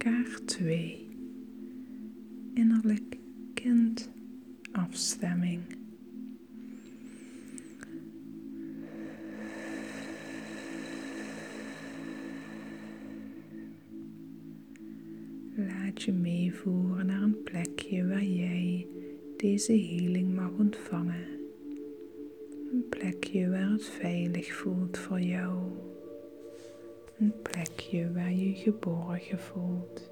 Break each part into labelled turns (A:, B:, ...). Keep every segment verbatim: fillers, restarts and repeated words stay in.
A: kaart twee. Innerlijk kind afstemming. Laat je meevoeren naar een plekje waar jij deze healing mag ontvangen. Een plekje waar het veilig voelt voor jou. Een plekje waar je je geborgen voelt.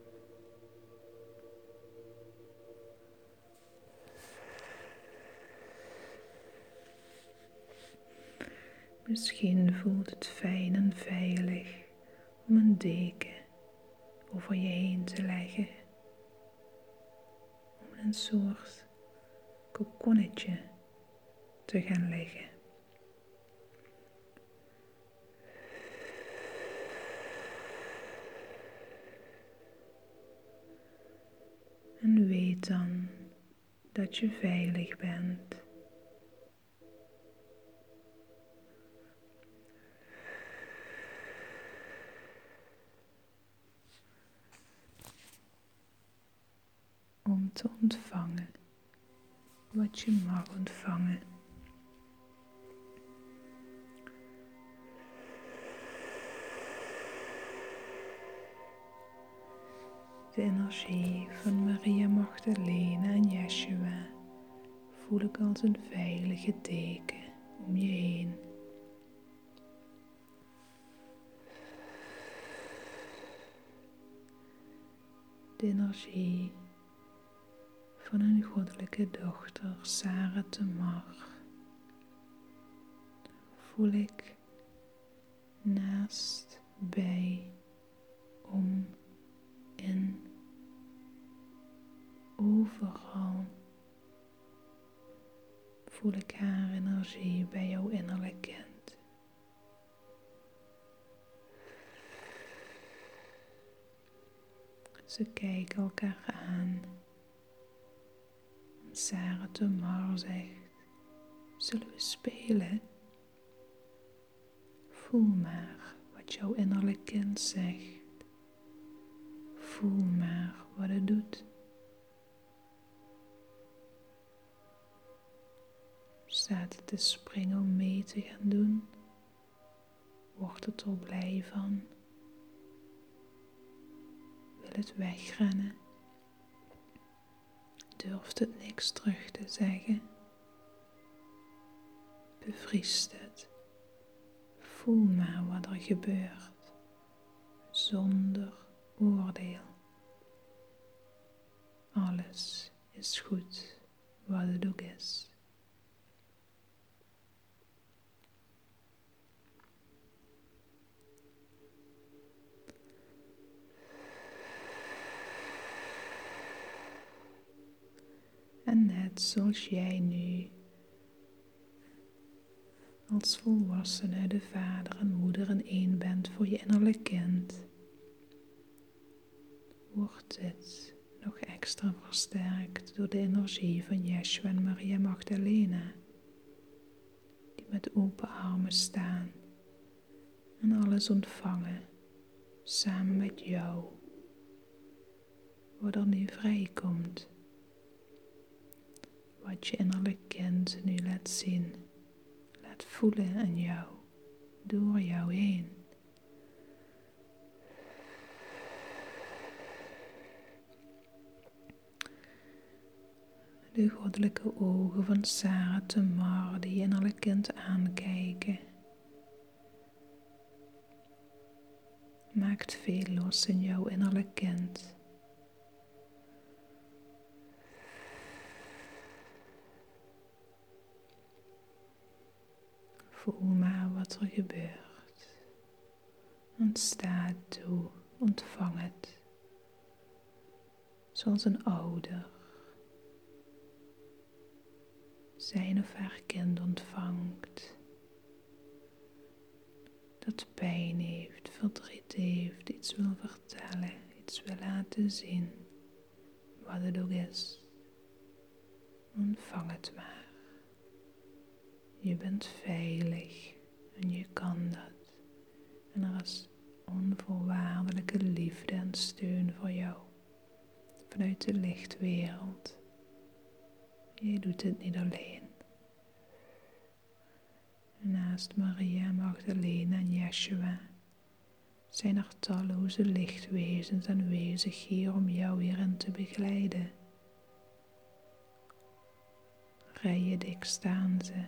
A: Misschien voelt het fijn en veilig om een deken over je heen te leggen. Om een soort kokonnetje te gaan liggen. En weet dan dat je veilig bent. Om te ontvangen wat je mag ontvangen. De energie van Maria Magdalena en Yeshua voel ik als een veilige deken om je heen. De energie van hun goddelijke dochter Sarah Tamar voel ik naast, bij, om, in, overal. Voel ik haar energie bij jouw innerlijk kind. Ze kijken elkaar aan. Sarah Tamar zegt, zullen we spelen? Voel maar wat jouw innerlijk kind zegt. Voel maar wat het doet. Staat het te springen om mee te gaan doen? Wordt het er blij van? Wil het wegrennen? Durft het niks terug te zeggen? Bevriest het? Voel maar wat er gebeurt, zonder oordeel. Alles is goed, wat het ook is. En net zoals jij nu als volwassene de vader en moeder in één bent voor je innerlijk kind, wordt dit nog extra versterkt door de energie van Yeshua en Maria Magdalena, die met open armen staan en alles ontvangen samen met jou, wat er nu vrijkomt, wat je innerlijk kind nu laat zien, laat voelen aan jou, door jou heen. De goddelijke ogen van Sarah Tamar die je innerlijk kind aankijken, maakt veel los in jouw innerlijk kind. Voel maar wat er gebeurt en sta toe, ontvang het, zoals een ouder zijn of haar kind ontvangt, dat pijn heeft, verdriet heeft, iets wil vertellen, iets wil laten zien, wat het ook is. Ontvang het maar. Je bent veilig en je kan dat. En er is onvoorwaardelijke liefde en steun voor jou vanuit de lichtwereld. Je doet het niet alleen. Naast Maria, Magdalena en Yeshua zijn er talloze lichtwezens aanwezig hier om jou hierin te begeleiden. Rijen dik staan ze.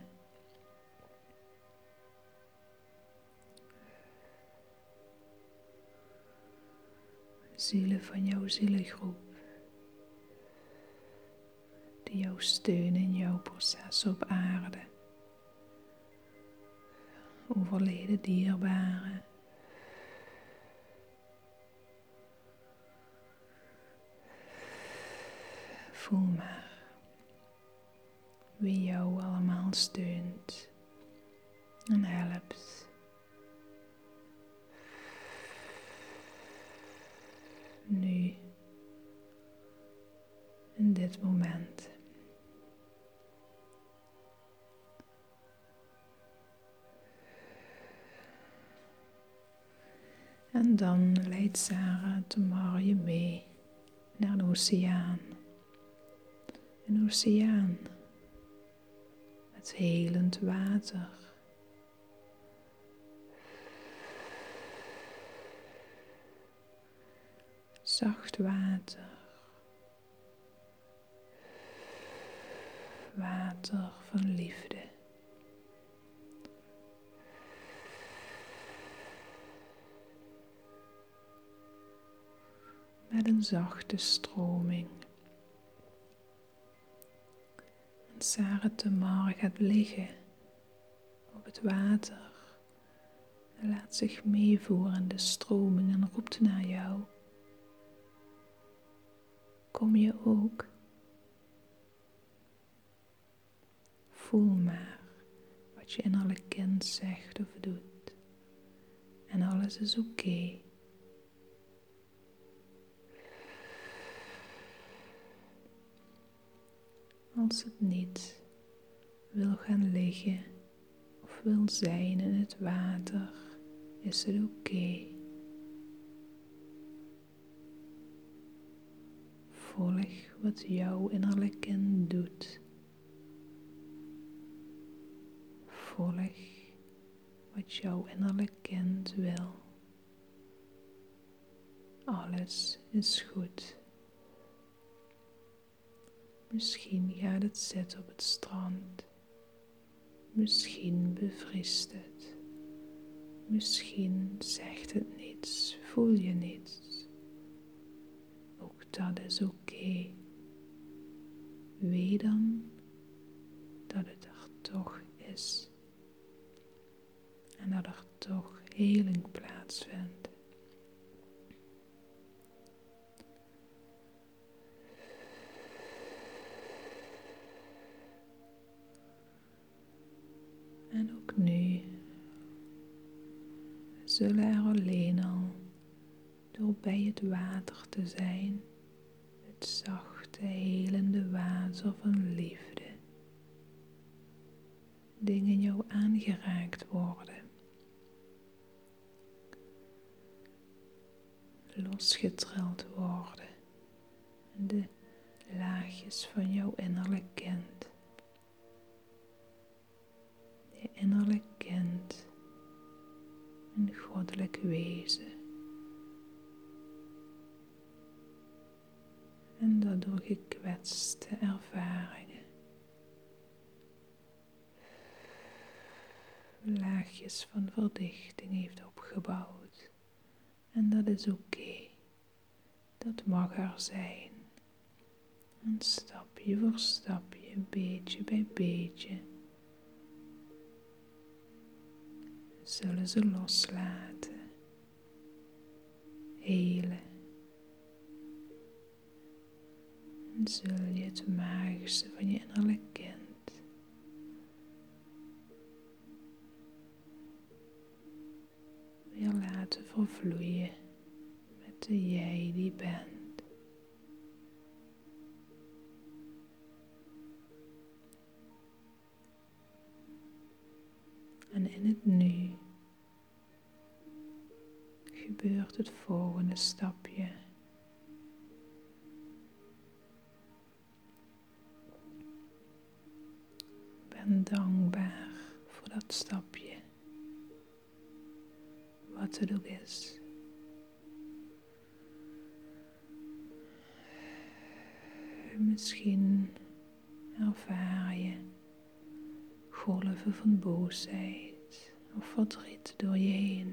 A: Zielen van jouw zielengroep, die jou steunen in jouw proces op aarde. Overleden dierbaren. Voel maar wie jou allemaal steunt en helpt. Nu, in dit moment. En dan leidt Sarah Tamar je mee naar een oceaan. Een oceaan met helend water. Zacht water. Water van liefde. Met een zachte stroming. En Sarah Tamar gaat liggen op het water en laat zich meevoeren in de stroming en roept naar jou. Kom je ook? Voel maar wat je innerlijk kind zegt of doet. En alles is oké. Okay. Als het niet wil gaan liggen of wil zijn in het water, is het oké. Okay. Volg wat jouw innerlijk kind doet. Volg wat jouw innerlijk kind wil. Alles is goed. Misschien gaat het zitten op het strand. Misschien bevriest het. Misschien zegt het niets, voel je niets. Ook dat is oké. Okay. Weet dan dat het er toch is. En dat er toch heling plaatsvindt. En ook nu zullen er alleen al, door bij het water te zijn, het zachte, helende water van liefde, dingen jou aangeraakt worden, losgetrild worden en de laagjes van jouw innerlijk kind. Je innerlijk kind, een goddelijk wezen. En dat door gekwetste ervaringen, laagjes van verdichting heeft opgebouwd. En dat is oké. Okay. Dat mag er zijn. En stapje voor stapje, beetje bij beetje, zullen ze loslaten, helen. En zul je het magische van je innerlijk kind weer laten vervloeien met de jij die bent. En in het nu gebeurt het volgende stapje. Ben dankbaar voor dat stapje, wat het ook is. Misschien ervaar je golven van boosheid of verdriet door je heen.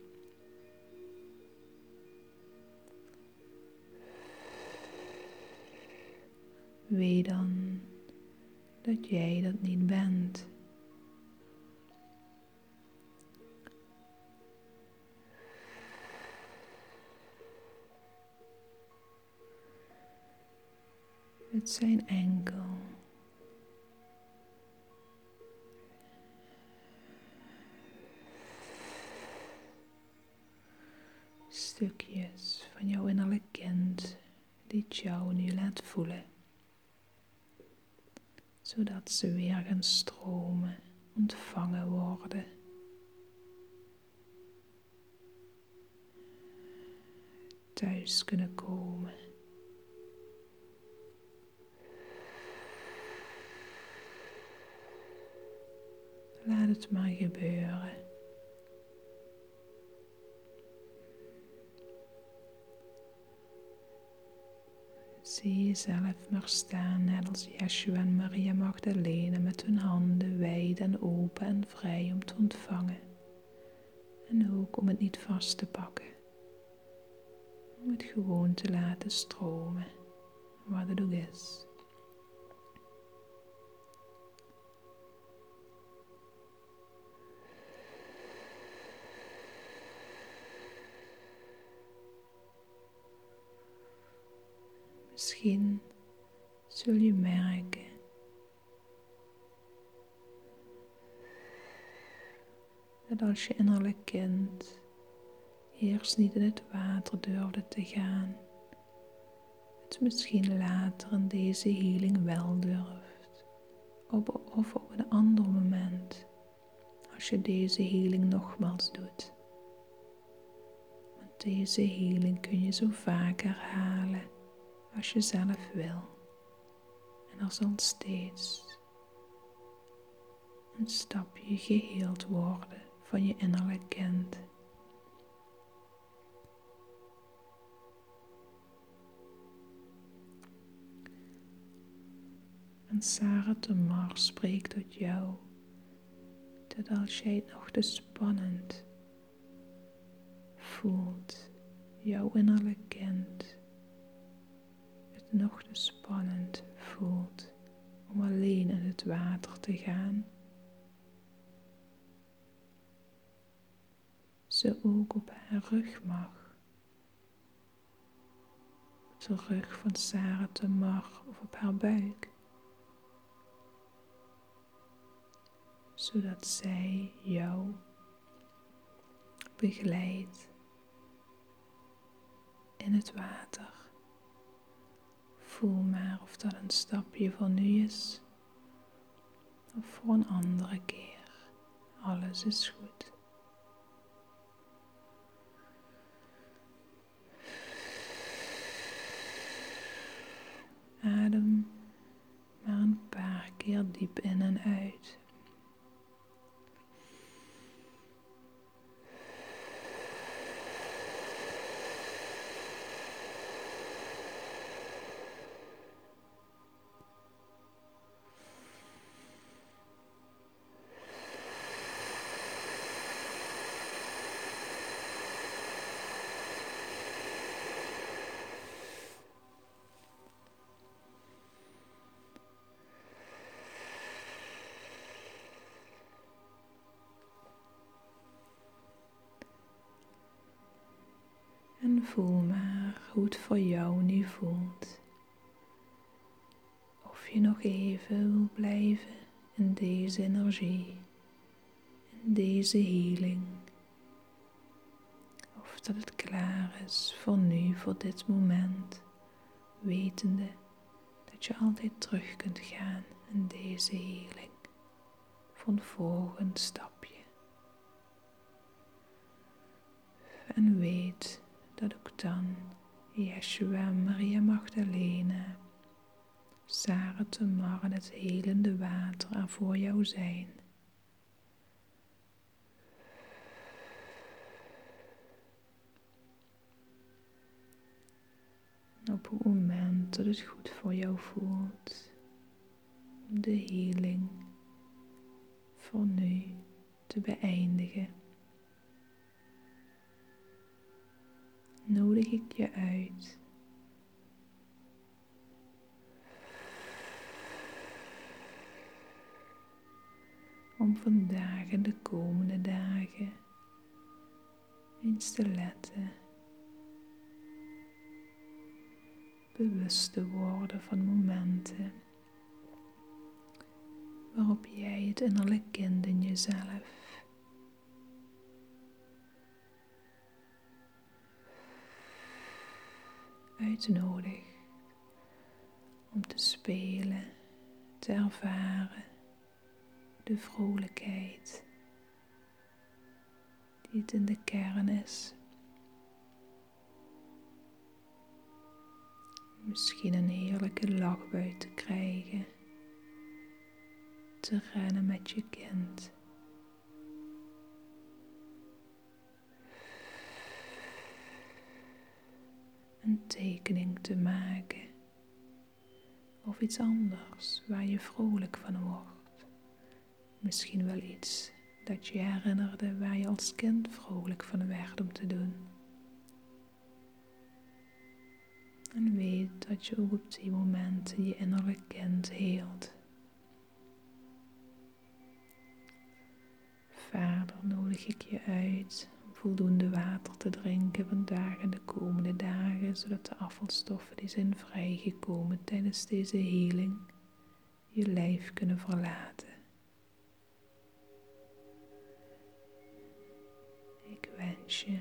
A: Weet dan dat jij dat niet bent. Het zijn enkel stukjes van jouw innerlijk kind die het jou nu laat voelen, zodat ze weer gaan stromen, ontvangen worden. Thuis kunnen komen. Laat het maar gebeuren. Zie jezelf maar staan, net als Yeshua en Maria Magdalene, met hun handen wijd en open en vrij om te ontvangen. En ook om het niet vast te pakken. Om het gewoon te laten stromen, wat het ook is. Misschien zul je merken dat als je innerlijk kind eerst niet in het water durfde te gaan, het misschien later in deze healing wel durft, op, of op een ander moment, als je deze healing nogmaals doet. Want deze healing kun je zo vaak herhalen als je zelf wil. En er zal steeds een stapje geheeld worden van je innerlijk kind. En Sarah Tamar spreekt tot jou, dat als jij het nog te spannend voelt, jouw innerlijk kind het nog te spannend voelt om alleen in het water te gaan, ze ook op haar rug mag. Op de rug van Sarah Tamar of op haar buik. Zodat zij jou begeleidt in het water. Voel maar of dat een stapje voor nu is of voor een andere keer. Alles is goed. Adem maar een paar keer diep in en uit. En voel maar hoe het voor jou nu voelt. Of je nog even wil blijven in deze energie, in deze healing. Of dat het klaar is voor nu, voor dit moment, wetende dat je altijd terug kunt gaan in deze healing voor een volgend stapje. en weet dat ook dan Yeshua, Maria Magdalena, Sarah Tamar en het helende water er voor jou zijn. Op het moment dat het goed voor jou voelt, om de healing voor nu te beëindigen, nodig ik je uit om vandaag en de komende dagen eens te letten, bewust te worden van momenten waarop jij het innerlijk kind in jezelf uitnodigt om te spelen, te ervaren de vrolijkheid die het in de kern is. Misschien een heerlijke lachbui te krijgen, te rennen met je kind. Een tekening te maken of iets anders waar je vrolijk van wordt. Misschien wel iets dat je herinnerde waar je als kind vrolijk van werd om te doen. En weet dat je ook op die momenten je innerlijk kind heelt. Verder nodig ik je uit om voldoende water te drinken vandaag en de komende dagen, zodat de afvalstoffen die zijn vrijgekomen tijdens deze healing je lijf kunnen verlaten. Ik wens je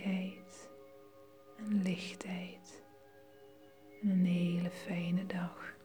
A: vrolijkheid en lichtheid en een hele fijne dag.